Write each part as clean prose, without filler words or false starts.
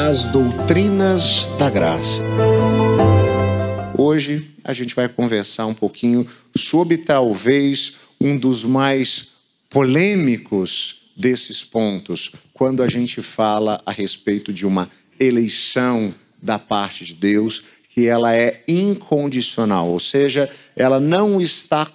As doutrinas da graça. Hoje a gente vai conversar um pouquinho sobre talvez um dos mais polêmicos desses pontos, quando a gente fala a respeito de uma eleição da parte de Deus, que ela é incondicional, ou seja, ela não está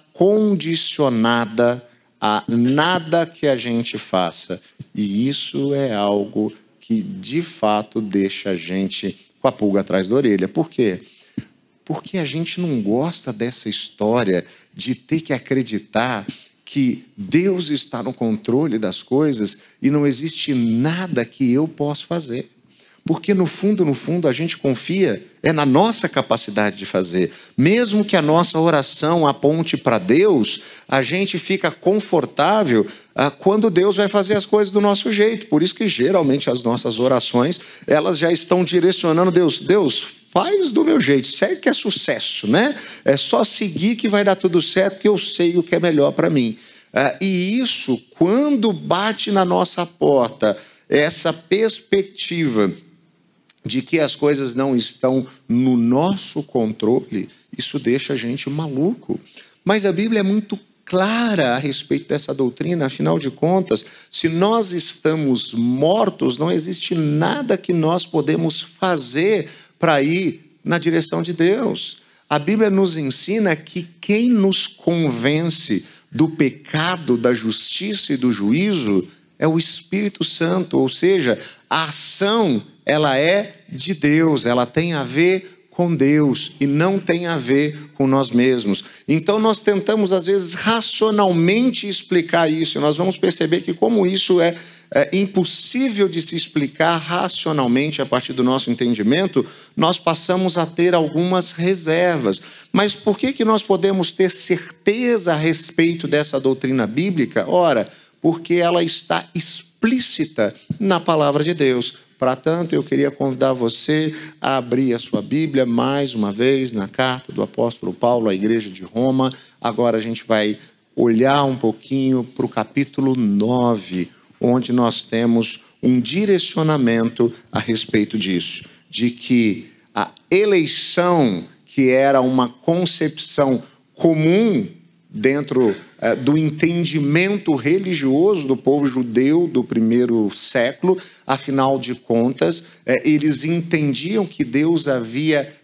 condicionada a nada que a gente faça. E isso é algo que, de fato, deixa a gente com a pulga atrás da orelha. Por quê? Porque a gente não gosta dessa história de ter que acreditar que Deus está no controle das coisas e não existe nada que eu possa fazer. Porque no fundo, a gente confia na nossa capacidade de fazer. Mesmo que a nossa oração aponte para Deus, a gente fica confortável quando Deus vai fazer as coisas do nosso jeito. Por isso que geralmente as nossas orações, elas já estão direcionando Deus, faz do meu jeito, segue que é sucesso, né? É só seguir que vai dar tudo certo, que eu sei o que é melhor para mim. E isso, quando bate na nossa porta, essa perspectiva de que as coisas não estão no nosso controle, isso deixa a gente maluco. Mas a Bíblia é muito clara a respeito dessa doutrina. Afinal de contas, se nós estamos mortos, não existe nada que nós podemos fazer para ir na direção de Deus. A Bíblia nos ensina que quem nos convence do pecado, da justiça e do juízo é o Espírito Santo, ou seja, a ação ela é de Deus, ela tem a ver com Deus e não tem a ver com nós mesmos. Então nós tentamos às vezes racionalmente explicar isso, e nós vamos perceber que como isso é impossível de se explicar racionalmente a partir do nosso entendimento, nós passamos a ter algumas reservas. Mas por que nós podemos ter certeza a respeito dessa doutrina bíblica? Ora, porque ela está explícita na palavra de Deus. Para tanto, eu queria convidar você a abrir a sua Bíblia mais uma vez na carta do apóstolo Paulo à igreja de Roma. Agora a gente vai olhar um pouquinho para o capítulo 9, onde nós temos um direcionamento a respeito disso, de que a eleição, que era uma concepção comum dentro do entendimento religioso do povo judeu do primeiro século, afinal de contas, eles entendiam que Deus havia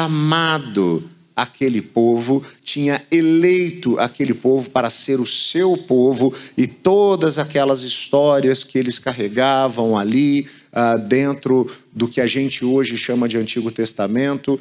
chamado aquele povo, tinha eleito aquele povo para ser o seu povo, e todas aquelas histórias que eles carregavam ali dentro do que a gente hoje chama de Antigo Testamento,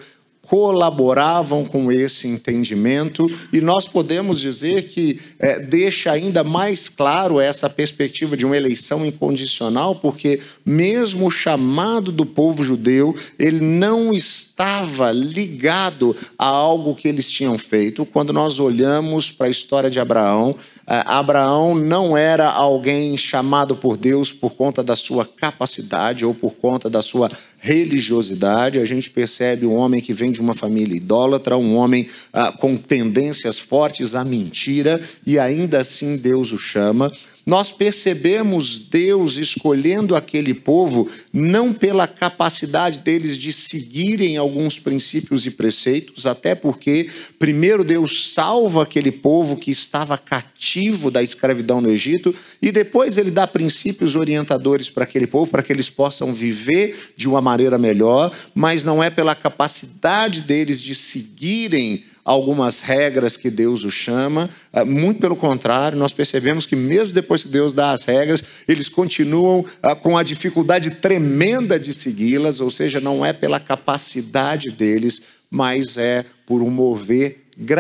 colaboravam com esse entendimento, e nós podemos dizer que deixa ainda mais claro essa perspectiva de uma eleição incondicional, porque mesmo o chamado do povo judeu, ele não estava ligado a algo que eles tinham feito. Quando nós olhamos para a história de Abraão, Abraão não era alguém chamado por Deus por conta da sua capacidade ou por conta da sua religiosidade. A gente percebe um homem que vem de uma família idólatra, um homem com tendências fortes à mentira, e ainda assim Deus o chama. Nós percebemos Deus escolhendo aquele povo não pela capacidade deles de seguirem alguns princípios e preceitos, até porque primeiro Deus salva aquele povo que estava cativo da escravidão no Egito, e depois ele dá princípios orientadores para aquele povo, para que eles possam viver de uma maneira melhor, mas não é pela capacidade deles de seguirem algumas regras que Deus os chama. Muito pelo contrário, nós percebemos que mesmo depois que Deus dá as regras, eles continuam com a dificuldade tremenda de segui-las, ou seja, não é pela capacidade deles, mas é por um mover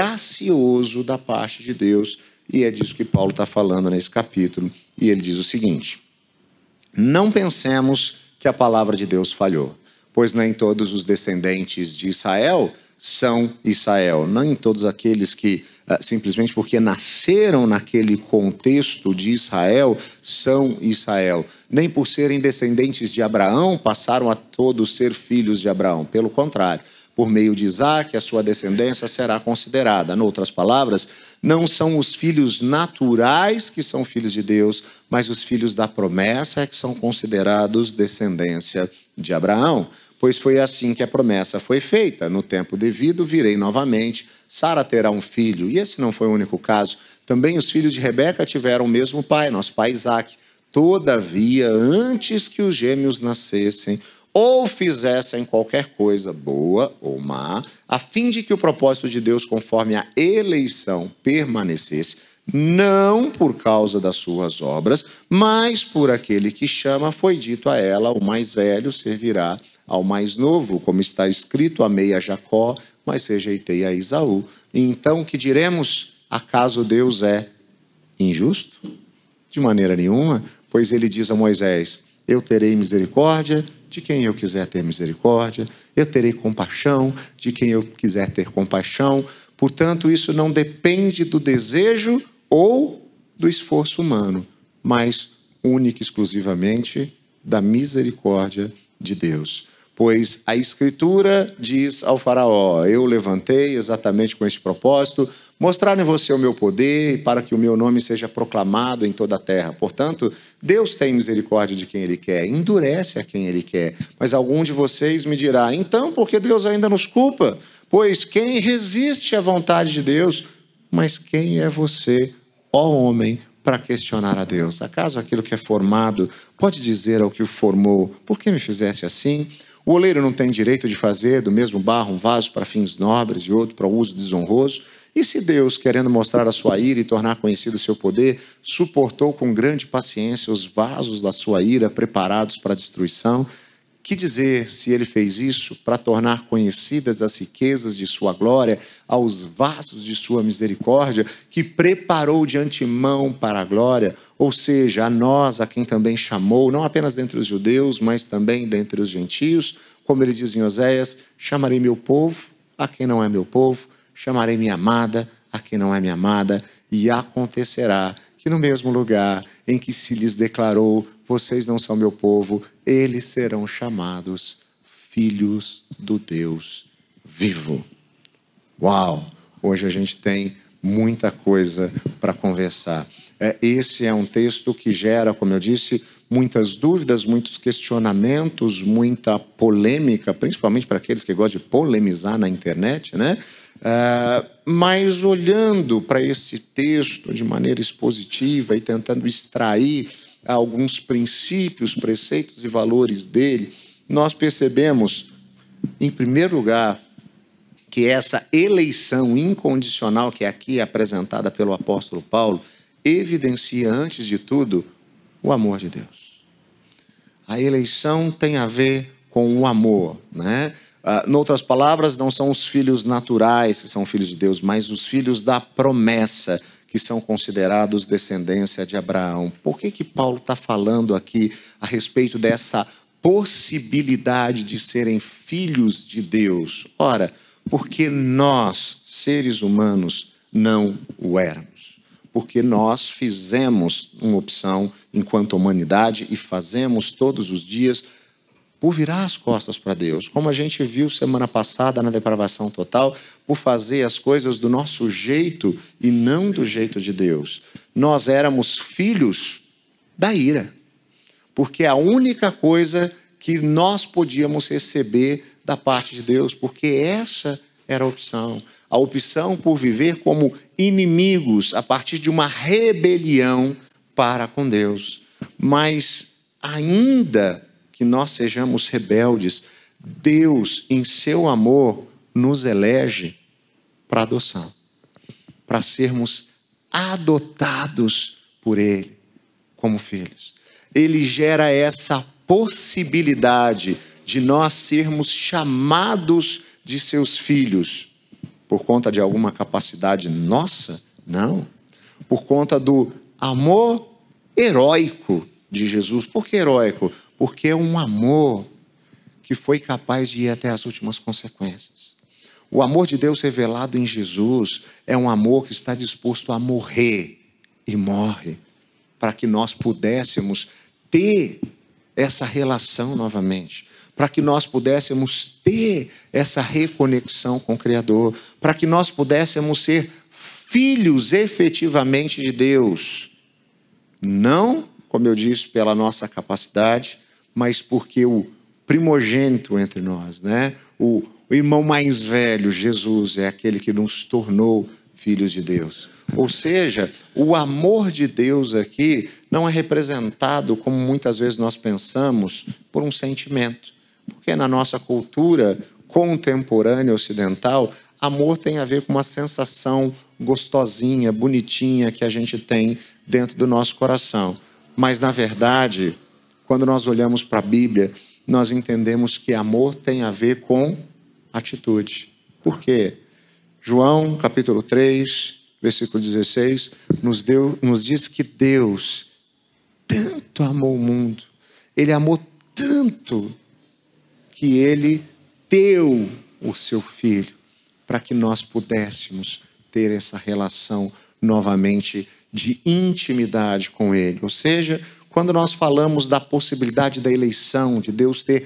gracioso da parte de Deus, e é disso que Paulo está falando nesse capítulo, e ele diz o seguinte: não pensemos que a palavra de Deus falhou, pois nem todos os descendentes de Israel são Israel, nem todos aqueles que simplesmente porque nasceram naquele contexto de Israel são Israel, nem por serem descendentes de Abraão passaram a todos ser filhos de Abraão, pelo contrário, por meio de Isaque a sua descendência será considerada. Em outras palavras, não são os filhos naturais que são filhos de Deus, mas os filhos da promessa é que são considerados descendência de Abraão, pois foi assim que a promessa foi feita. No tempo devido, virei novamente. Sara terá um filho. E esse não foi o único caso. Também os filhos de Rebeca tiveram o mesmo pai, nosso pai Isaque. Todavia, antes que os gêmeos nascessem, ou fizessem qualquer coisa, boa ou má, a fim de que o propósito de Deus, conforme a eleição, permanecesse, não por causa das suas obras, mas por aquele que chama, foi dito a ela: o mais velho servirá ao mais novo, como está escrito: amei a Jacó, mas rejeitei a Esaú. E então, que diremos? Acaso Deus é injusto? De maneira nenhuma, pois ele diz a Moisés: eu terei misericórdia de quem eu quiser ter misericórdia, eu terei compaixão de quem eu quiser ter compaixão. Portanto, isso não depende do desejo ou do esforço humano, mas única e exclusivamente da misericórdia de Deus. Pois a Escritura diz ao faraó: eu levantei exatamente com esse propósito, mostrar em você o meu poder, para que o meu nome seja proclamado em toda a terra. Portanto, Deus tem misericórdia de quem Ele quer, endurece a quem Ele quer. Mas algum de vocês me dirá: então, por que Deus ainda nos culpa? Pois quem resiste à vontade de Deus? Mas quem é você, ó homem, para questionar a Deus? Acaso aquilo que é formado pode dizer ao que o formou: por que me fizeste assim? O oleiro não tem direito de fazer do mesmo barro um vaso para fins nobres e outro para uso desonroso? E se Deus, querendo mostrar a sua ira e tornar conhecido o seu poder, suportou com grande paciência os vasos da sua ira preparados para a destruição, que dizer se ele fez isso para tornar conhecidas as riquezas de sua glória aos vasos de sua misericórdia, que preparou de antemão para a glória, ou seja, a nós, a quem também chamou, não apenas dentre os judeus, mas também dentre os gentios, como ele diz em Oséias: chamarei meu povo a quem não é meu povo, chamarei minha amada a quem não é minha amada, e acontecerá que no mesmo lugar em que se lhes declarou: vocês não são meu povo, eles serão chamados filhos do Deus vivo. Uau! Hoje a gente tem muita coisa para conversar. Esse é um texto que gera, como eu disse, muitas dúvidas, muitos questionamentos, muita polêmica, principalmente para aqueles que gostam de polemizar na internet, né? Mas olhando para esse texto de maneira expositiva e tentando extrair alguns princípios, preceitos e valores dele, nós percebemos, em primeiro lugar, que essa eleição incondicional que aqui é apresentada pelo apóstolo Paulo evidencia, antes de tudo, o amor de Deus. A eleição tem a ver com o amor, né? Noutras palavras, não são os filhos naturais que são filhos de Deus, mas os filhos da promessa, que são considerados descendência de Abraão. Por que Paulo está falando aqui a respeito dessa possibilidade de serem filhos de Deus? Ora, porque nós, seres humanos, não o éramos. Porque nós fizemos uma opção enquanto humanidade e fazemos todos os dias por virar as costas para Deus, como a gente viu semana passada na depravação total, por fazer as coisas do nosso jeito e não do jeito de Deus. Nós éramos filhos da ira, porque é a única coisa que nós podíamos receber da parte de Deus, porque essa era a opção por viver como inimigos a partir de uma rebelião para com Deus. Mas ainda que nós sejamos rebeldes, Deus, em seu amor, nos elege para adoção, para sermos adotados por Ele como filhos. Ele gera essa possibilidade de nós sermos chamados de seus filhos por conta de alguma capacidade nossa? Não. Por conta do amor heróico de Jesus. Por que heróico? Porque é um amor que foi capaz de ir até as últimas consequências. O amor de Deus revelado em Jesus é um amor que está disposto a morrer e morre para que nós pudéssemos ter essa relação novamente, para que nós pudéssemos ter essa reconexão com o Criador, para que nós pudéssemos ser filhos efetivamente de Deus. Não, como eu disse, pela nossa capacidade, mas porque o primogênito entre nós, né? O irmão mais velho, Jesus, é aquele que nos tornou filhos de Deus. Ou seja, o amor de Deus aqui não é representado, como muitas vezes nós pensamos, por um sentimento. Porque na nossa cultura contemporânea ocidental, amor tem a ver com uma sensação gostosinha, bonitinha que a gente tem dentro do nosso coração. Mas, na verdade, quando nós olhamos para a Bíblia, nós entendemos que amor tem a ver com atitude. Por quê? João, capítulo 3, versículo 16, nos diz que Deus tanto amou o mundo, Ele amou tanto que Ele deu o seu Filho para que nós pudéssemos ter essa relação novamente de intimidade com Ele. Ou seja, quando nós falamos da possibilidade da eleição, de Deus ter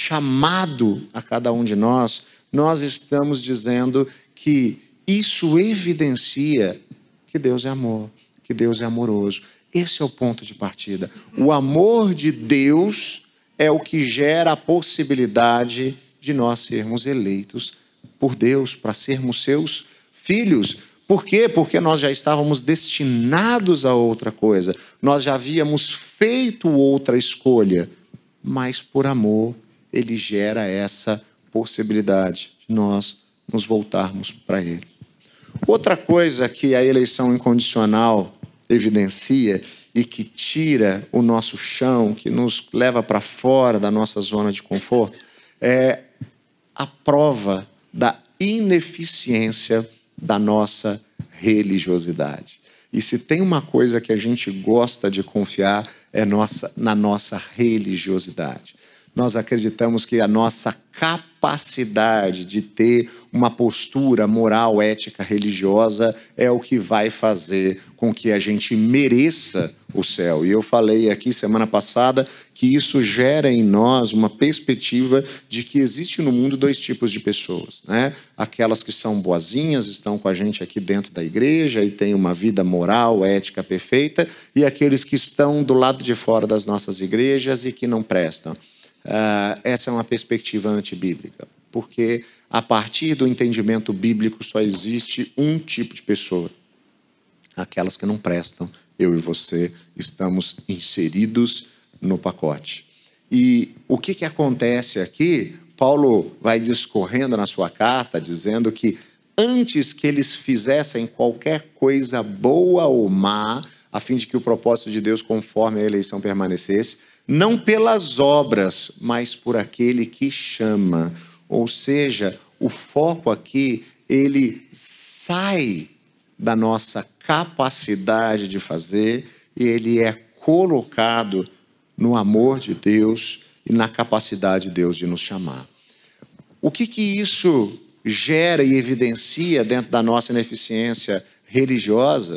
chamado a cada um de nós, nós estamos dizendo que isso evidencia que Deus é amor, que Deus é amoroso. Esse é o ponto de partida. O amor de Deus é o que gera a possibilidade de nós sermos eleitos por Deus, para sermos seus filhos. Por quê? Porque nós já estávamos destinados a outra coisa. Nós já havíamos feito outra escolha. Mas por amor, Ele gera essa possibilidade de nós nos voltarmos para Ele. Outra coisa que a eleição incondicional evidencia e que tira o nosso chão, que nos leva para fora da nossa zona de conforto, é a prova da ineficiência da nossa religiosidade. E se tem uma coisa que a gente gosta de confiar é na nossa religiosidade. Nós acreditamos que a nossa capacidade de ter uma postura moral, ética, religiosa é o que vai fazer com que a gente mereça o céu. E eu falei aqui semana passada que isso gera em nós uma perspectiva de que existe no mundo dois tipos de pessoas, né? Aquelas que são boazinhas, estão com a gente aqui dentro da igreja e têm uma vida moral, ética perfeita, e aqueles que estão do lado de fora das nossas igrejas e que não prestam. Essa é uma perspectiva antibíblica, porque a partir do entendimento bíblico só existe um tipo de pessoa: aquelas que não prestam. Eu e você estamos inseridos no pacote. E o que acontece aqui? Paulo vai discorrendo na sua carta, dizendo que antes que eles fizessem qualquer coisa boa ou má, a fim de que o propósito de Deus conforme a eleição permanecesse, não pelas obras, mas por aquele que chama. Ou seja, o foco aqui, ele sai da nossa capacidade de fazer e ele é colocado no amor de Deus e na capacidade de Deus de nos chamar. O que isso gera e evidencia dentro da nossa ineficiência religiosa?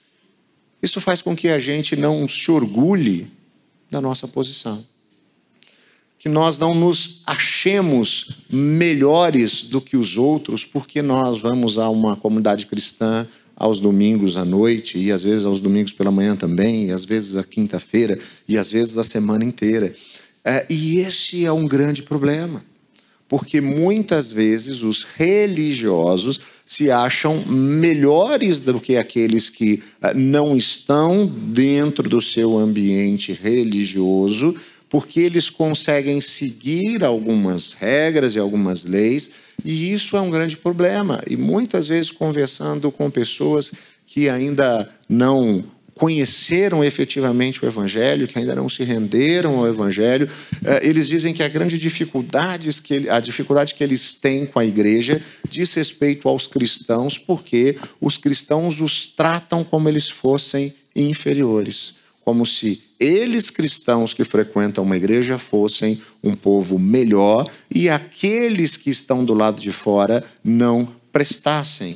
Isso faz com que a gente não se orgulhe da nossa posição. Que nós não nos achemos melhores do que os outros porque nós vamos a uma comunidade cristã aos domingos à noite, e às vezes aos domingos pela manhã também, e às vezes à quinta-feira, e às vezes a semana inteira. E esse é um grande problema, porque muitas vezes os religiosos se acham melhores do que aqueles que não estão dentro do seu ambiente religioso, porque eles conseguem seguir algumas regras e algumas leis, e isso é um grande problema. E muitas vezes conversando com pessoas que ainda não conheceram efetivamente o Evangelho, que ainda não se renderam ao Evangelho, eles dizem que a dificuldade que eles têm com a igreja diz respeito aos cristãos, porque os cristãos os tratam como eles fossem inferiores, como se eles, cristãos que frequentam uma igreja, fossem um povo melhor e aqueles que estão do lado de fora não prestassem.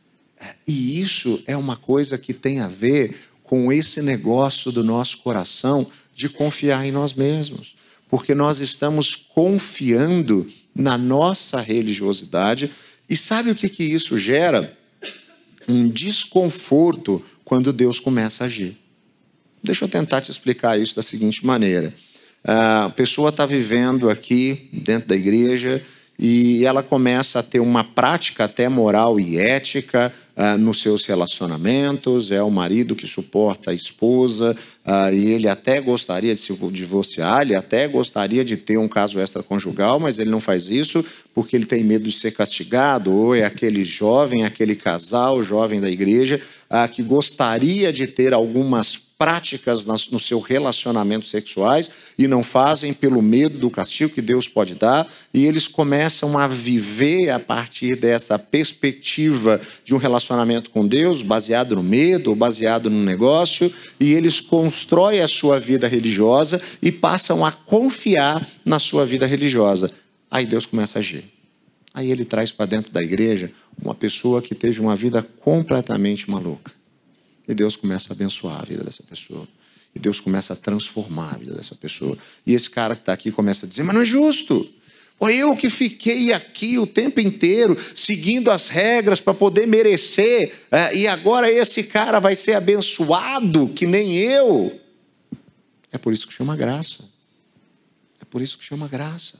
E isso é uma coisa que tem a ver com esse negócio do nosso coração de confiar em nós mesmos, porque nós estamos confiando na nossa religiosidade. E sabe o que isso gera? Um desconforto quando Deus começa a agir. Deixa eu tentar te explicar isso da seguinte maneira. A pessoa está vivendo aqui dentro da igreja e ela começa a ter uma prática até moral e ética nos seus relacionamentos. É o marido que suporta a esposa e ele até gostaria de se divorciar, ele até gostaria de ter um caso extraconjugal, mas ele não faz isso porque ele tem medo de ser castigado. Ou é aquele jovem, aquele casal jovem da igreja que gostaria de ter algumas práticas no seu relacionamento sexuais e não fazem pelo medo do castigo que Deus pode dar, e eles começam a viver a partir dessa perspectiva de um relacionamento com Deus, baseado no medo ou baseado no negócio, e eles constroem a sua vida religiosa e passam a confiar na sua vida religiosa. Aí Deus começa a agir. Aí ele traz para dentro da igreja uma pessoa que teve uma vida completamente maluca. E Deus começa a abençoar a vida dessa pessoa. E Deus começa a transformar a vida dessa pessoa. E esse cara que está aqui começa a dizer, mas não é justo. Eu que fiquei aqui o tempo inteiro, seguindo as regras para poder merecer, e agora esse cara vai ser abençoado que nem eu. É por isso que chama graça. É por isso que chama graça.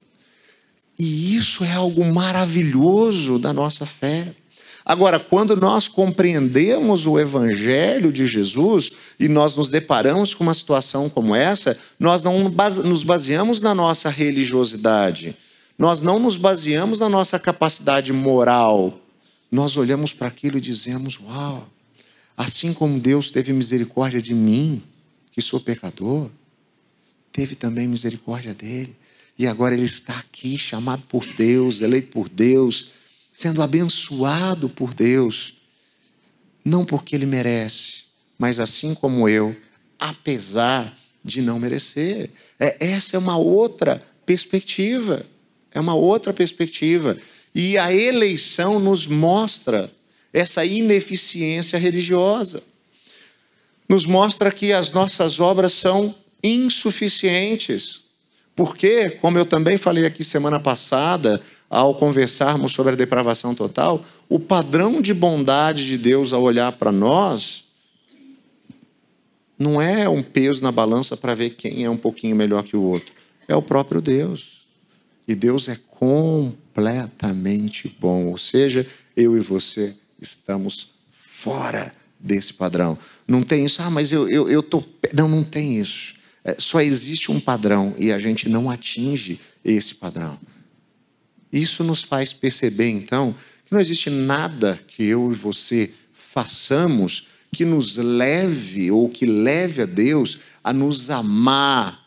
E isso é algo maravilhoso da nossa fé. Agora, quando nós compreendemos o Evangelho de Jesus e nós nos deparamos com uma situação como essa, nós não nos baseamos na nossa religiosidade, nós não nos baseamos na nossa capacidade moral. Nós olhamos para aquilo e dizemos, uau, assim como Deus teve misericórdia de mim, que sou pecador, teve também misericórdia dele. E agora ele está aqui, chamado por Deus, eleito por Deus, sendo abençoado por Deus, não porque ele merece, mas assim como eu, apesar de não merecer. Essa é uma outra perspectiva, E a eleição nos mostra essa ineficiência religiosa. Nos mostra que as nossas obras são insuficientes. Porque, como eu também falei aqui semana passada, ao conversarmos sobre a depravação total, o padrão de bondade de Deus ao olhar para nós não é um peso na balança para ver quem é um pouquinho melhor que o outro. É o próprio Deus. E Deus é completamente bom. Ou seja, eu e você estamos fora desse padrão. Não tem isso, mas eu tô... Não tem isso. Só existe um padrão e a gente não atinge esse padrão. Isso nos faz perceber, então, que não existe nada que eu e você façamos que nos leve ou que leve a Deus a nos amar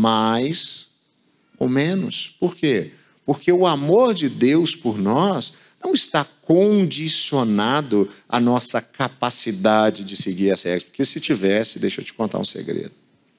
mais ou menos. Por quê? Porque o amor de Deus por nós não está condicionado à nossa capacidade de seguir essa regra. Porque se tivesse, deixa eu te contar um segredo.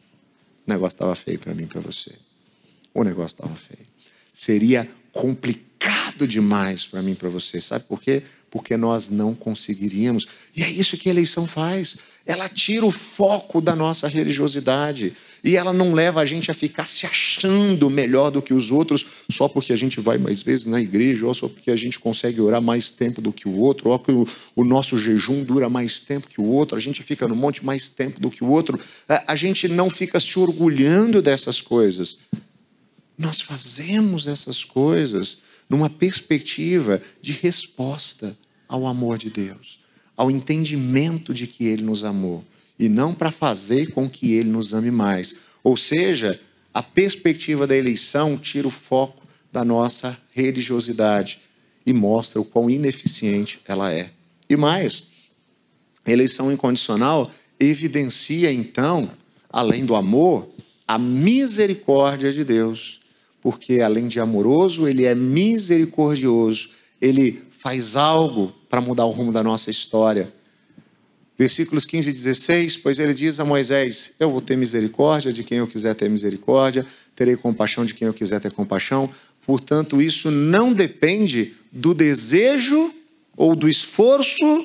O negócio estava feio para mim e para você. O negócio estava feio. Seria complicado demais para mim e para você. Sabe por quê? Porque nós não conseguiríamos. E é isso que a eleição faz. Ela tira o foco da nossa religiosidade. E ela não leva a gente a ficar se achando melhor do que os outros só porque a gente vai mais vezes na igreja, ou só porque a gente consegue orar mais tempo do que o outro, ou que o nosso jejum dura mais tempo que o outro, a gente fica no monte mais tempo do que o outro. A gente não fica se orgulhando dessas coisas. Nós fazemos essas coisas numa perspectiva de resposta ao amor de Deus, ao entendimento de que Ele nos amou, e não para fazer com que Ele nos ame mais. Ou seja, a perspectiva da eleição tira o foco da nossa religiosidade e mostra o quão ineficiente ela é. E mais, a eleição incondicional evidencia, então, além do amor, a misericórdia de Deus. Porque, além de amoroso, Ele é misericordioso. Ele faz algo para mudar o rumo da nossa história. Versículos 15 e 16, pois ele diz a Moisés, eu vou ter misericórdia de quem eu quiser ter misericórdia, terei compaixão de quem eu quiser ter compaixão. Portanto, isso não depende do desejo ou do esforço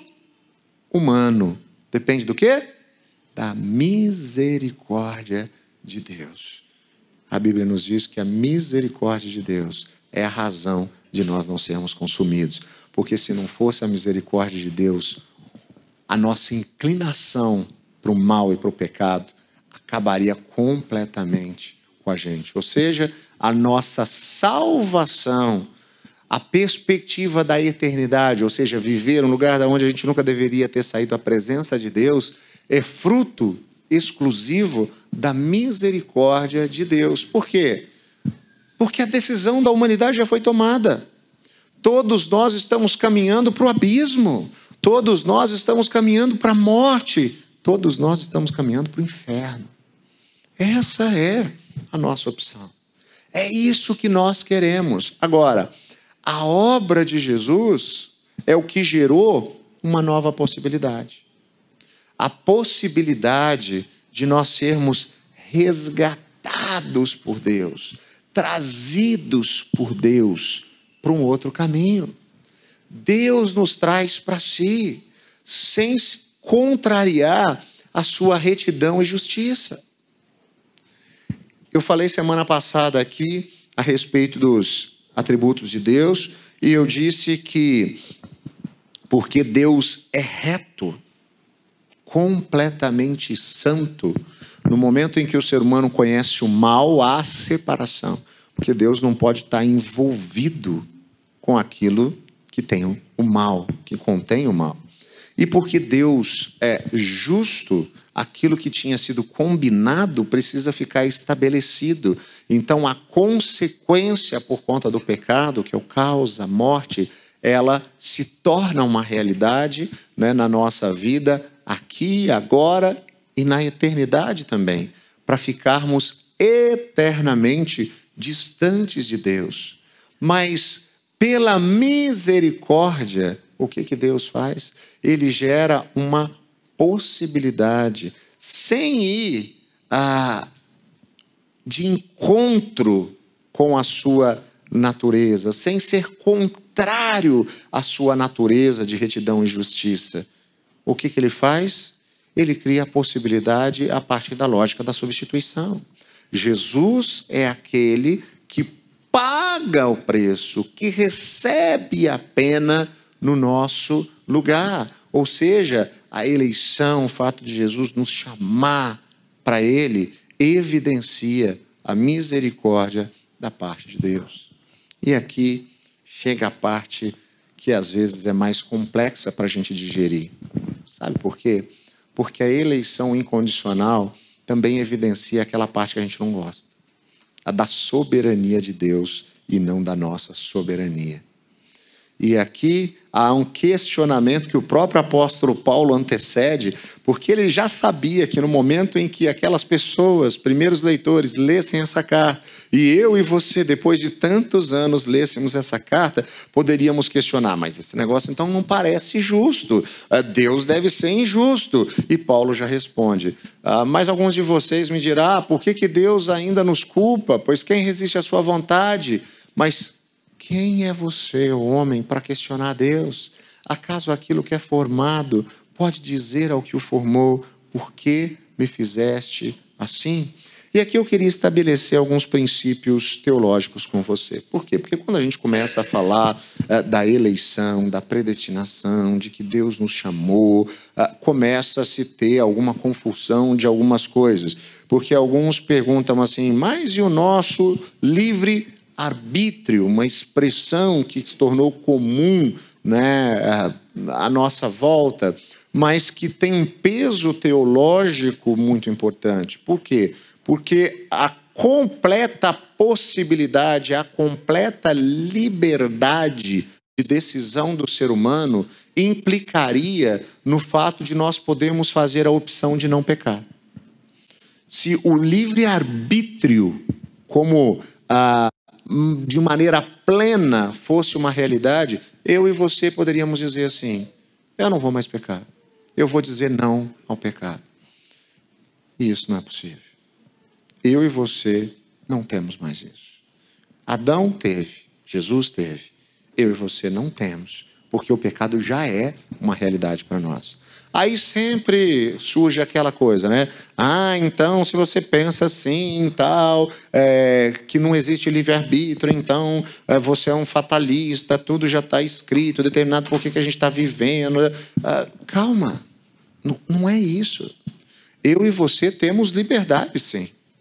humano. Depende do quê? Da misericórdia de Deus. A Bíblia nos diz que a misericórdia de Deus é a razão de nós não sermos consumidos. Porque se não fosse a misericórdia de Deus, a nossa inclinação para o mal e para o pecado acabaria completamente com a gente. Ou seja, a nossa salvação, a perspectiva da eternidade, ou seja, viver um lugar onde a gente nunca deveria ter saído da presença de Deus, é fruto exclusivo da misericórdia de Deus. Por quê? Porque a decisão da humanidade já foi tomada. Todos nós estamos caminhando para o abismo. Todos nós estamos caminhando para a morte. Todos nós estamos caminhando para o inferno. Essa é a nossa opção. É isso que nós queremos. Agora, a obra de Jesus é o que gerou uma nova possibilidade. A possibilidade de nós sermos resgatados por Deus, trazidos por Deus para um outro caminho. Deus nos traz para si, sem contrariar a sua retidão e justiça. Eu falei semana passada aqui a respeito dos atributos de Deus, e eu disse que porque Deus é reto, completamente santo, no momento em que o ser humano conhece o mal, há separação, porque Deus não pode estar envolvido com aquilo que tem o mal, que contém o mal. E porque Deus é justo, aquilo que tinha sido combinado precisa ficar estabelecido. Então, a consequência por conta do pecado, que é o caos, a morte, ela se torna uma realidade, né, na nossa vida, aqui, agora e na eternidade também, para ficarmos eternamente distantes de Deus. Mas, pela misericórdia, o que Deus faz? Ele gera uma possibilidade, sem ir de encontro com a sua natureza, sem ser contrário à sua natureza de retidão e justiça. O que ele faz? Ele cria a possibilidade a partir da lógica da substituição. Jesus é aquele que paga o preço, que recebe a pena no nosso lugar. Ou seja, a eleição, o fato de Jesus nos chamar para Ele, evidencia a misericórdia da parte de Deus. E aqui chega a parte que às vezes é mais complexa para a gente digerir. Sabe por quê? Porque a eleição incondicional também evidencia aquela parte que a gente não gosta. A da soberania de Deus e não da nossa soberania. E aqui há um questionamento que o próprio apóstolo Paulo antecede, porque ele já sabia que no momento em que aquelas pessoas, primeiros leitores, lessem essa carta, e eu e você, depois de tantos anos, lêssemos essa carta, poderíamos questionar, mas esse negócio então não parece justo, Deus deve ser injusto. E Paulo já responde, mas alguns de vocês me dirão, por que Deus ainda nos culpa? Pois quem resiste à sua vontade? Mas quem é você, homem, para questionar Deus? Acaso aquilo que é formado pode dizer ao que o formou, por que me fizeste assim? E aqui eu queria estabelecer alguns princípios teológicos com você. Por quê? Porque quando a gente começa a falar da eleição, da predestinação, de que Deus nos chamou, começa a se ter alguma confusão de algumas coisas. Porque alguns perguntam assim, mas e o nosso livre-arbítrio, uma expressão que se tornou comum, né, à nossa volta, mas que tem um peso teológico muito importante. Por quê? Porque a completa possibilidade, a completa liberdade de decisão do ser humano implicaria no fato de nós podermos fazer a opção de não pecar. Se o livre-arbítrio, como de maneira plena, fosse uma realidade, eu e você poderíamos dizer assim, eu não vou mais pecar, eu vou dizer não ao pecado. E isso não é possível. Eu e você não temos mais isso. Adão teve, Jesus teve, eu e você não temos, porque o pecado já é uma realidade para nós. Aí sempre surge aquela coisa, né? Então, se você pensa assim, tal, que não existe livre-arbítrio, então você é um fatalista, tudo já está escrito, determinado por que a gente está vivendo. Calma, não é isso. Eu e você temos liberdade, sim.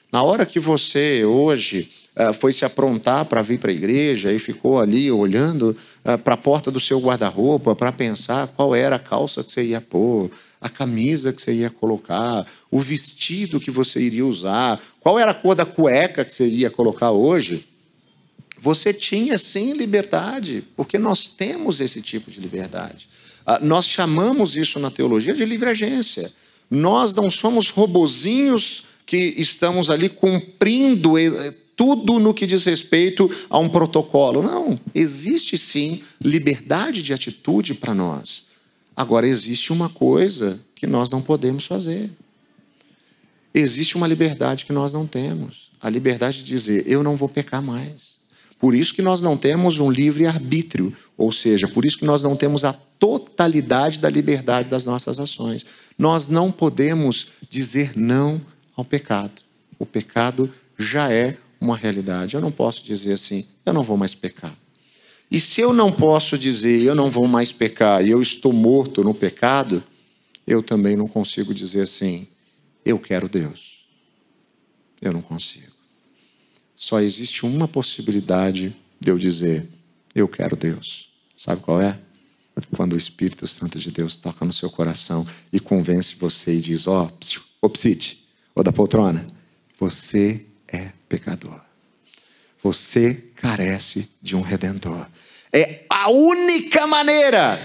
Na hora que você hoje foi se aprontar para vir para a igreja e ficou ali olhando para a porta do seu guarda-roupa para pensar qual era a calça que você ia pôr, a camisa que você ia colocar, o vestido que você iria usar, qual era a cor da cueca que você iria colocar hoje, você tinha sim liberdade, porque nós temos esse tipo de liberdade. Nós chamamos isso na teologia de livre agência. Nós não somos robozinhos que estamos ali cumprindo tudo no que diz respeito a um protocolo. Não, existe sim liberdade de atitude para nós. Agora, existe uma coisa que nós não podemos fazer. Existe uma liberdade que nós não temos. A liberdade de dizer, eu não vou pecar mais. Por isso que nós não temos um livre-arbítrio, ou seja, por isso que nós não temos a totalidade da liberdade das nossas ações. Nós não podemos dizer não ao pecado. O pecado já é uma realidade. Eu não posso dizer assim, eu não vou mais pecar. E se eu não posso dizer, eu não vou mais pecar, e eu estou morto no pecado, eu também não consigo dizer assim, eu quero Deus. Eu não consigo. Só existe uma possibilidade de eu dizer, eu quero Deus. Sabe qual é? Quando o Espírito Santo de Deus toca no seu coração e convence você e diz, ó, psite, ou da poltrona, você é pecador. Você carece de um Redentor. É a única maneira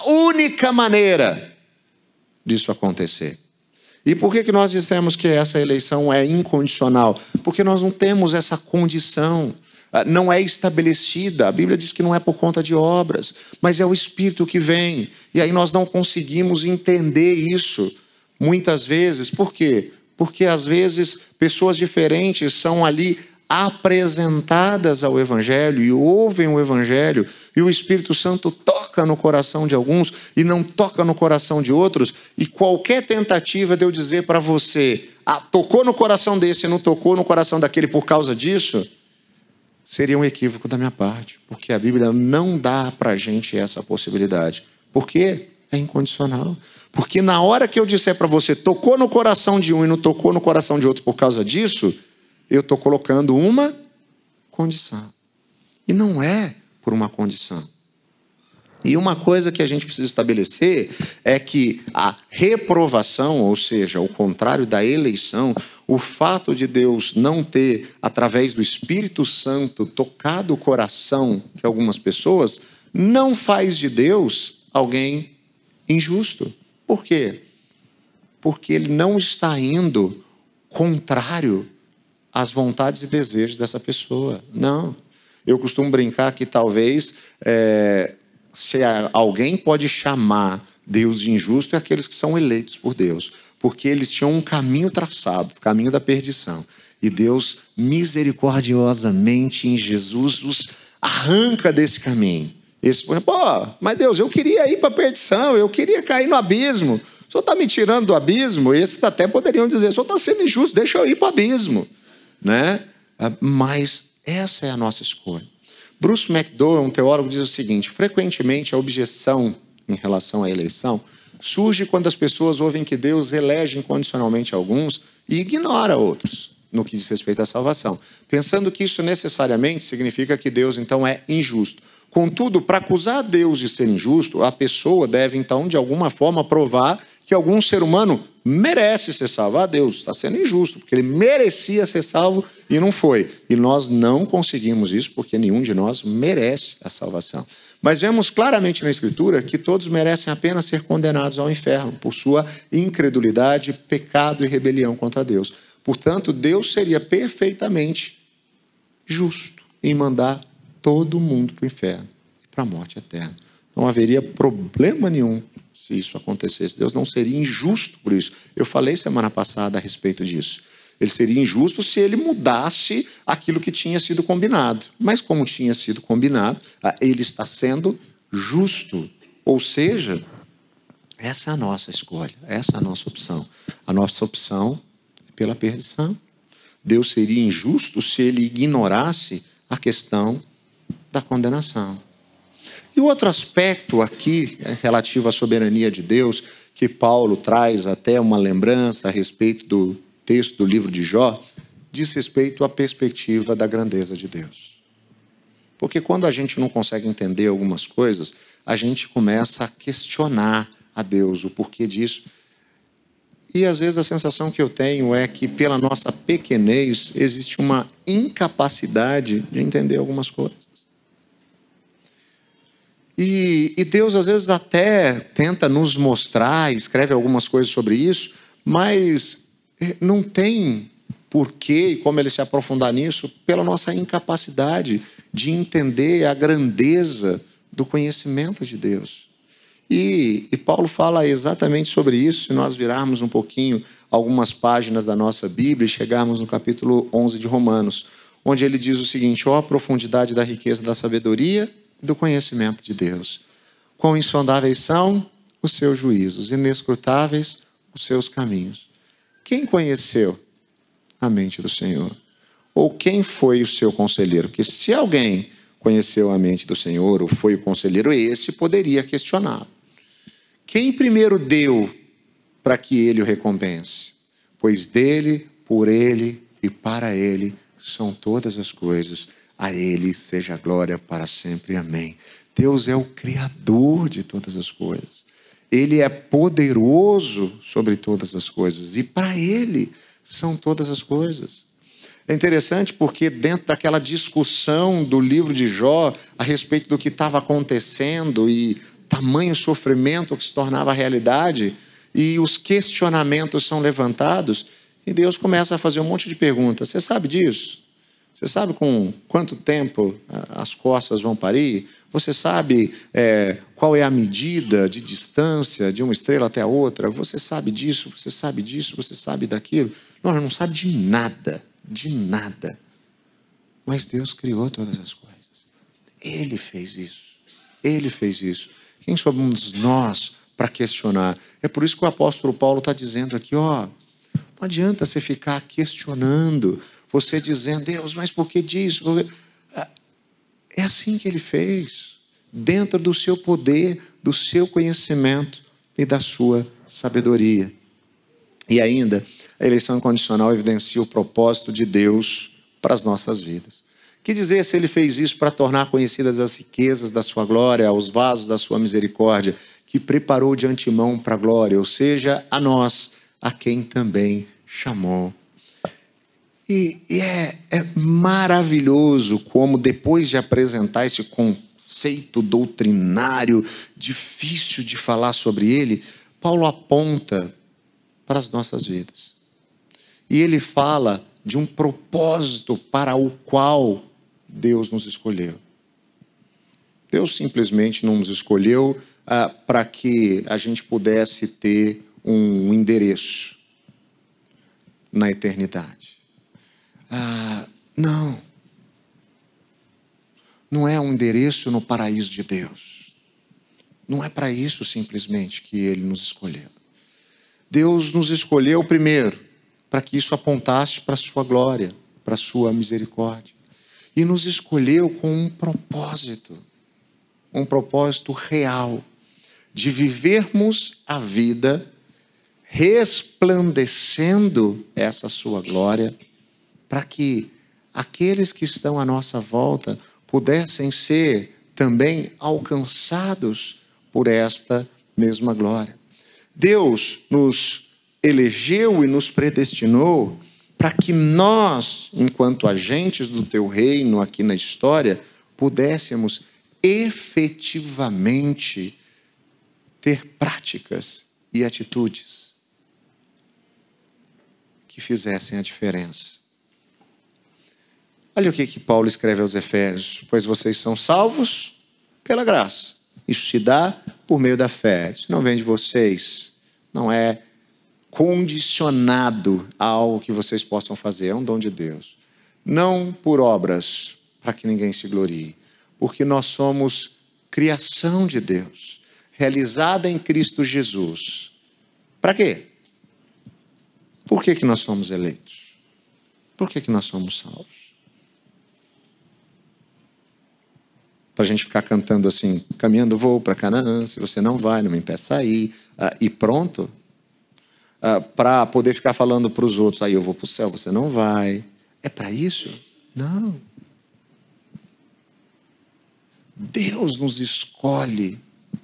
disso acontecer. E por que nós dissemos que essa eleição é incondicional? Porque nós não temos essa condição, não é estabelecida. A Bíblia diz que não é por conta de obras, mas é o Espírito que vem. E aí nós não conseguimos entender isso muitas vezes. Por quê? Porque às vezes pessoas diferentes são ali apresentadas ao Evangelho e ouvem o Evangelho e o Espírito Santo toca no coração de alguns e não toca no coração de outros, e qualquer tentativa de eu dizer para você, tocou no coração desse e não tocou no coração daquele por causa disso, seria um equívoco da minha parte, porque a Bíblia não dá para a gente essa possibilidade. Por quê? É incondicional. Porque na hora que eu disser para você, tocou no coração de um e não tocou no coração de outro por causa disso, eu estou colocando uma condição. E não é por uma condição. E uma coisa que a gente precisa estabelecer é que a reprovação, ou seja, o contrário da eleição, o fato de Deus não ter, através do Espírito Santo, tocado o coração de algumas pessoas, não faz de Deus alguém injusto. Por quê? Porque ele não está indo contrário às vontades e desejos dessa pessoa. Não. Eu costumo brincar que talvez se alguém pode chamar Deus de injusto é aqueles que são eleitos por Deus, porque eles tinham um caminho traçado, o caminho da perdição. E Deus misericordiosamente em Jesus os arranca desse caminho. Mas Deus, eu queria ir para a perdição, eu queria cair no abismo. O senhor está me tirando do abismo? Esses até poderiam dizer, o senhor está sendo injusto, deixa eu ir para o abismo. Né? Mas essa é a nossa escolha. Bruce McDowell, um teólogo, diz o seguinte, frequentemente a objeção em relação à eleição surge quando as pessoas ouvem que Deus elege incondicionalmente alguns e ignora outros no que diz respeito à salvação, pensando que isso necessariamente significa que Deus então é injusto. Contudo, para acusar Deus de ser injusto, a pessoa deve então de alguma forma provar que algum ser humano merece ser salvo. Deus está sendo injusto, porque ele merecia ser salvo e não foi. E nós não conseguimos isso, porque nenhum de nós merece a salvação. Mas vemos claramente na Escritura que todos merecem apenas ser condenados ao inferno por sua incredulidade, pecado e rebelião contra Deus. Portanto, Deus seria perfeitamente justo em mandar todo mundo para o inferno e para a morte eterna. Não haveria problema nenhum se isso acontecesse. Deus não seria injusto por isso. Eu falei semana passada a respeito disso. Ele seria injusto se ele mudasse aquilo que tinha sido combinado. Mas como tinha sido combinado, ele está sendo justo. Ou seja, essa é a nossa escolha, essa é a nossa opção. A nossa opção é pela perdição. Deus seria injusto se ele ignorasse a questão da condenação. E o outro aspecto aqui, relativo à soberania de Deus, que Paulo traz até uma lembrança a respeito do texto do livro de Jó, diz respeito à perspectiva da grandeza de Deus. Porque quando a gente não consegue entender algumas coisas, a gente começa a questionar a Deus, o porquê disso. E às vezes a sensação que eu tenho é que pela nossa pequenez existe uma incapacidade de entender algumas coisas. E Deus às vezes até tenta nos mostrar, escreve algumas coisas sobre isso, mas não tem porquê e como ele se aprofundar nisso pela nossa incapacidade de entender a grandeza do conhecimento de Deus. E Paulo fala exatamente sobre isso, se nós virarmos um pouquinho algumas páginas da nossa Bíblia e chegarmos no capítulo 11 de Romanos, onde ele diz o seguinte: ó, a profundidade da riqueza da sabedoria e do conhecimento de Deus. Quão insondáveis são os seus juízos, inescrutáveis os seus caminhos. Quem conheceu a mente do Senhor? Ou quem foi o seu conselheiro? Porque se alguém conheceu a mente do Senhor ou foi o conselheiro, esse poderia questioná-lo. Quem primeiro deu para que ele o recompense? Pois dele, por ele e para ele são todas as coisas. A ele seja a glória para sempre. Amém. Deus é o Criador de todas as coisas. Ele é poderoso sobre todas as coisas. E para ele são todas as coisas. É interessante porque dentro daquela discussão do livro de Jó a respeito do que estava acontecendo e tamanho sofrimento que se tornava realidade, e os questionamentos são levantados, e Deus começa a fazer um monte de perguntas. Você sabe disso? Você sabe com quanto tempo as costas vão parir? Você sabe qual é a medida de distância de uma estrela até a outra? Você sabe disso, você sabe disso, você sabe daquilo? Não sabe de nada. De nada. Mas Deus criou todas as coisas. Ele fez isso. Ele fez isso. Quem somos nós para questionar? É por isso que o apóstolo Paulo está dizendo aqui, ó, não adianta você ficar questionando, você dizendo, Deus, mas por que disso? É assim que ele fez, dentro do seu poder, do seu conhecimento e da sua sabedoria. E ainda, a eleição incondicional evidencia o propósito de Deus para as nossas vidas. Que dizer se ele fez isso para tornar conhecidas as riquezas da sua glória, os vasos da sua misericórdia, que preparou de antemão para a glória, ou seja, a nós, a quem também chamou. E é maravilhoso como depois de apresentar esse conceito doutrinário, difícil de falar sobre ele, Paulo aponta para as nossas vidas. E ele fala de um propósito para o qual Deus nos escolheu. Deus simplesmente não nos escolheu para que a gente pudesse ter um endereço na eternidade. Não é um endereço no paraíso de Deus. Não é para isso simplesmente que ele nos escolheu. Deus nos escolheu primeiro para que isso apontasse para a sua glória, para a sua misericórdia. E nos escolheu com um propósito real, de vivermos a vida resplandecendo essa sua glória, para que aqueles que estão à nossa volta pudessem ser também alcançados por esta mesma glória. Deus nos elegeu e nos predestinou para que nós, enquanto agentes do teu reino aqui na história, pudéssemos efetivamente ter práticas e atitudes que fizessem a diferença. Olha o que Paulo escreve aos Efésios: pois vocês são salvos pela graça. Isso se dá por meio da fé. Isso não vem de vocês, não é condicionado a algo que vocês possam fazer, é um dom de Deus. Não por obras, para que ninguém se glorie, porque nós somos criação de Deus, realizada em Cristo Jesus. Para quê? Por que nós somos eleitos? Por que nós somos salvos? Para a gente ficar cantando assim, caminhando vou para Canaã, se você não vai, não me impeça a ir, e pronto? Para poder ficar falando para os outros, aí eu vou para o céu, você não vai. É para isso? Não. Deus nos escolhe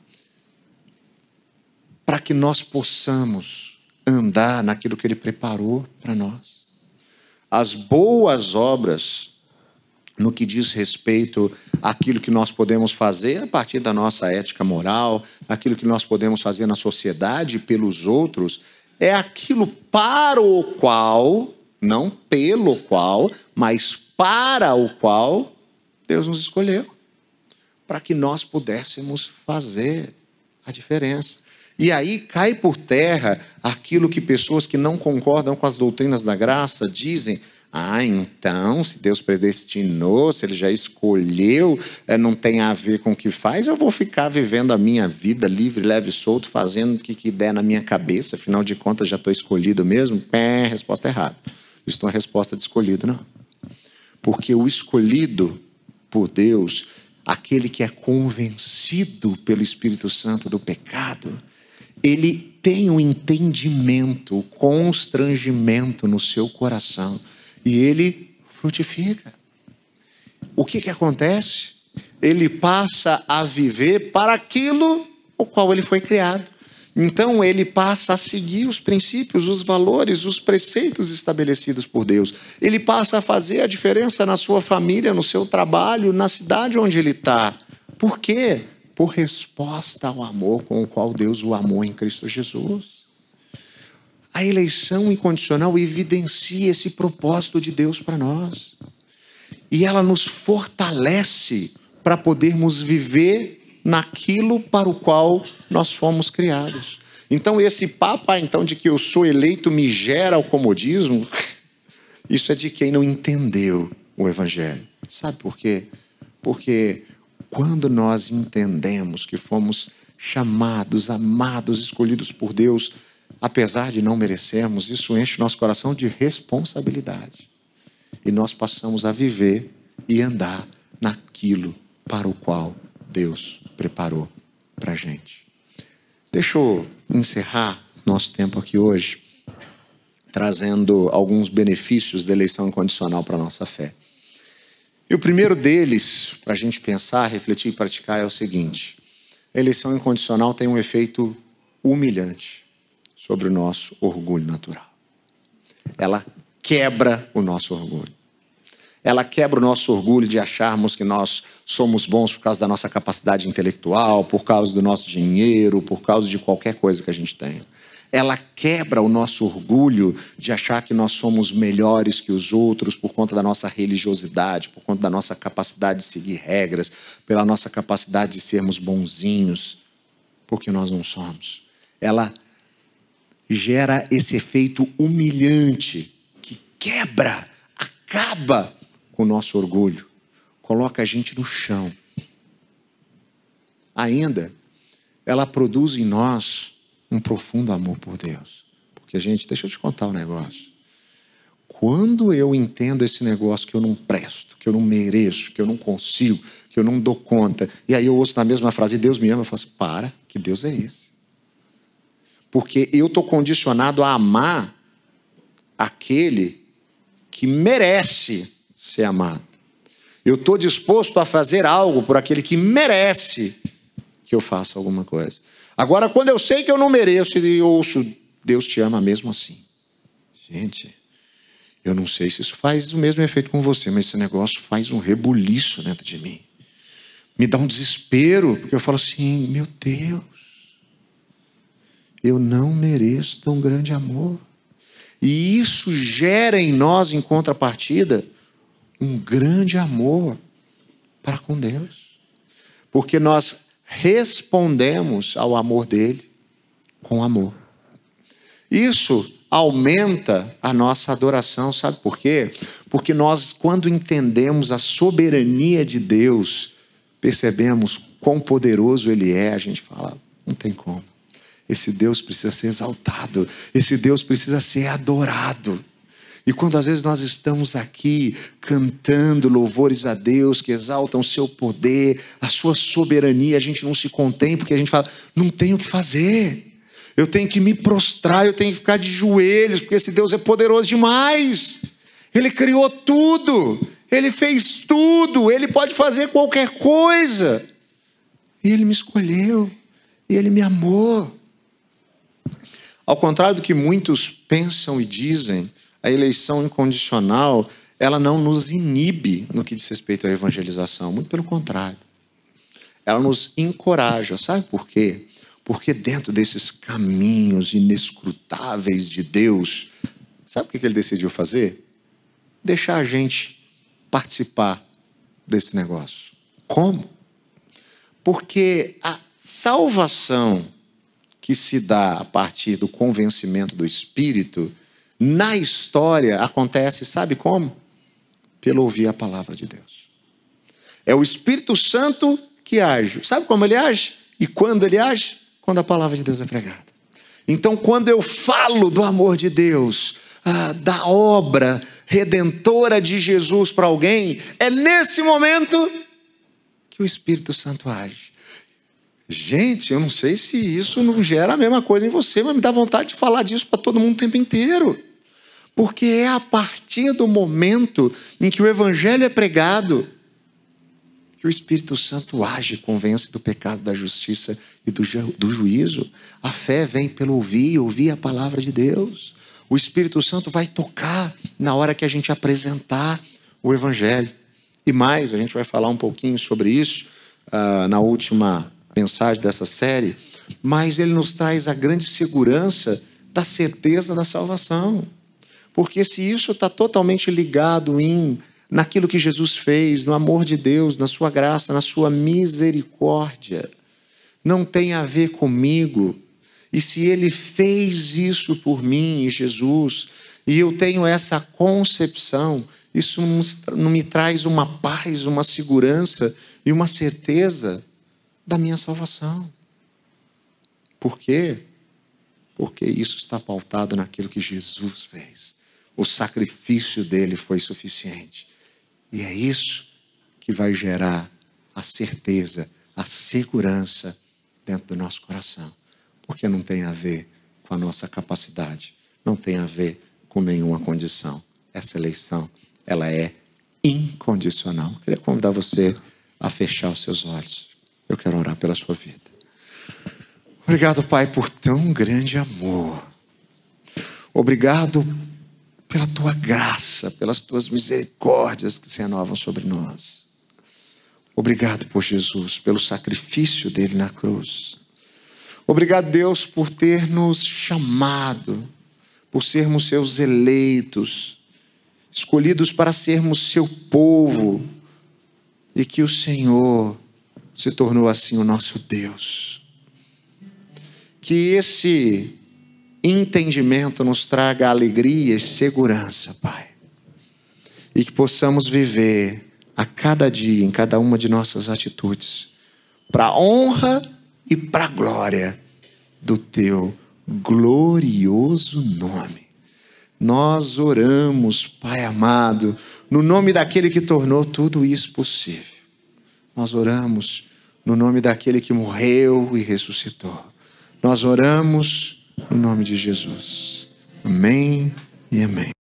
para que nós possamos andar naquilo que Ele preparou para nós. As boas obras, no que diz respeito àquilo que nós podemos fazer a partir da nossa ética moral, aquilo que nós podemos fazer na sociedade pelos outros, é aquilo para o qual, não pelo qual, mas para o qual Deus nos escolheu, para que nós pudéssemos fazer a diferença. E aí cai por terra aquilo que pessoas que não concordam com as doutrinas da graça dizem: então, se Deus predestinou, se Ele já escolheu, não tem a ver com o que faz, eu vou ficar vivendo a minha vida livre, leve e solto, fazendo o que der na minha cabeça, afinal de contas já estou escolhido mesmo? Resposta errada. Isso não é resposta de escolhido, não. Porque o escolhido por Deus, aquele que é convencido pelo Espírito Santo do pecado, ele tem um entendimento, o constrangimento no seu coração e ele frutifica. O que acontece? Ele passa a viver para aquilo o qual ele foi criado. Então ele passa a seguir os princípios, os valores, os preceitos estabelecidos por Deus. Ele passa a fazer a diferença na sua família, no seu trabalho, na cidade onde ele está. Por quê? Por resposta ao amor com o qual Deus o amou em Cristo Jesus. A eleição incondicional evidencia esse propósito de Deus para nós. E ela nos fortalece para podermos viver naquilo para o qual nós fomos criados. Então esse papo então, de que eu sou eleito me gera o comodismo, isso é de quem não entendeu o Evangelho. Sabe por quê? Porque quando nós entendemos que fomos chamados, amados, escolhidos por Deus, apesar de não merecermos, isso enche nosso coração de responsabilidade. E nós passamos a viver e andar naquilo para o qual Deus preparou para a gente. Deixa eu encerrar nosso tempo aqui hoje, trazendo alguns benefícios da eleição incondicional para a nossa fé. E o primeiro deles, para a gente pensar, refletir e praticar, é o seguinte: a eleição incondicional tem um efeito humilhante sobre o nosso orgulho natural. Ela quebra o nosso orgulho. Ela quebra o nosso orgulho de acharmos que nós somos bons por causa da nossa capacidade intelectual, por causa do nosso dinheiro, por causa de qualquer coisa que a gente tenha. Ela quebra o nosso orgulho de achar que nós somos melhores que os outros por conta da nossa religiosidade, por conta da nossa capacidade de seguir regras, pela nossa capacidade de sermos bonzinhos, porque nós não somos. Ela gera esse efeito humilhante que quebra, acaba com o nosso orgulho, coloca a gente no chão. Ainda, ela produz em nós um profundo amor por Deus. Porque, gente, deixa eu te contar um negócio. Quando eu entendo esse negócio que eu não presto, que eu não mereço, que eu não consigo, que eu não dou conta, e aí eu ouço na mesma frase, Deus me ama, eu falo assim, para, que Deus é esse? Porque eu estou condicionado a amar aquele que merece ser amado. Eu estou disposto a fazer algo por aquele que merece que eu faça alguma coisa. Agora, quando eu sei que eu não mereço e ouço, Deus te ama mesmo assim. Gente, eu não sei se isso faz o mesmo efeito com você, mas esse negócio faz um rebuliço dentro de mim. Me dá um desespero, porque eu falo assim, meu Deus, eu não mereço tão grande amor. E isso gera em nós, em contrapartida, um grande amor para com Deus. Porque nós respondemos ao amor dele com amor. Isso aumenta a nossa adoração, sabe por quê? Porque nós, quando entendemos a soberania de Deus, percebemos quão poderoso ele é, a gente fala, não tem como. Esse Deus precisa ser exaltado, esse Deus precisa ser adorado. E quando às vezes nós estamos aqui cantando louvores a Deus que exaltam o seu poder, a sua soberania, a gente não se contém porque a gente fala, não tenho o que fazer. Eu tenho que me prostrar, eu tenho que ficar de joelhos, porque esse Deus é poderoso demais. Ele criou tudo, Ele fez tudo, Ele pode fazer qualquer coisa. E Ele me escolheu, e Ele me amou. Ao contrário do que muitos pensam e dizem, a eleição incondicional, ela não nos inibe no que diz respeito à evangelização, muito pelo contrário. Ela nos encoraja, sabe por quê? Porque dentro desses caminhos inescrutáveis de Deus, sabe o que Ele decidiu fazer? Deixar a gente participar desse negócio. Como? Porque a salvação que se dá a partir do convencimento do Espírito, na história acontece, sabe como? Pelo ouvir a palavra de Deus. É o Espírito Santo que age. Sabe como ele age? E quando ele age? Quando a palavra de Deus é pregada. Então, quando eu falo do amor de Deus, da obra redentora de Jesus para alguém, é nesse momento que o Espírito Santo age. Gente, eu não sei se isso não gera a mesma coisa em você, mas me dá vontade de falar disso para todo mundo o tempo inteiro. Porque é a partir do momento em que o Evangelho é pregado que o Espírito Santo age, convence do pecado, da justiça e do juízo. A fé vem pelo ouvir a palavra de Deus. O Espírito Santo vai tocar na hora que a gente apresentar o Evangelho. E mais, a gente vai falar um pouquinho sobre isso na última mensagem dessa série, mas ele nos traz a grande segurança da certeza da salvação. Porque se isso está totalmente ligado naquilo que Jesus fez, no amor de Deus, na sua graça, na sua misericórdia, não tem a ver comigo. E se Ele fez isso por mim, Jesus, e eu tenho essa concepção, isso não me traz uma paz, uma segurança e uma certeza da minha salvação. Por quê? Porque isso está pautado naquilo que Jesus fez. O sacrifício dele foi suficiente. E é isso que vai gerar a certeza, a segurança dentro do nosso coração. Porque não tem a ver com a nossa capacidade, não tem a ver com nenhuma condição. Essa eleição, ela é incondicional. Eu queria convidar você a fechar os seus olhos. Eu quero orar pela sua vida. Obrigado, Pai, por tão grande amor. Obrigado pela Tua graça, pelas Tuas misericórdias que se renovam sobre nós. Obrigado por Jesus, pelo sacrifício dele na cruz. Obrigado, Deus, por ter nos chamado, por sermos seus eleitos, escolhidos para sermos seu povo, e que o Senhor se tornou assim o nosso Deus. Que esse entendimento nos traga alegria e segurança, Pai. E que possamos viver a cada dia, em cada uma de nossas atitudes, para a honra e para a glória do Teu glorioso nome. Nós oramos, Pai amado, no nome daquele que tornou tudo isso possível. Nós oramos no nome daquele que morreu e ressuscitou. Nós oramos no nome de Jesus. Amém e amém.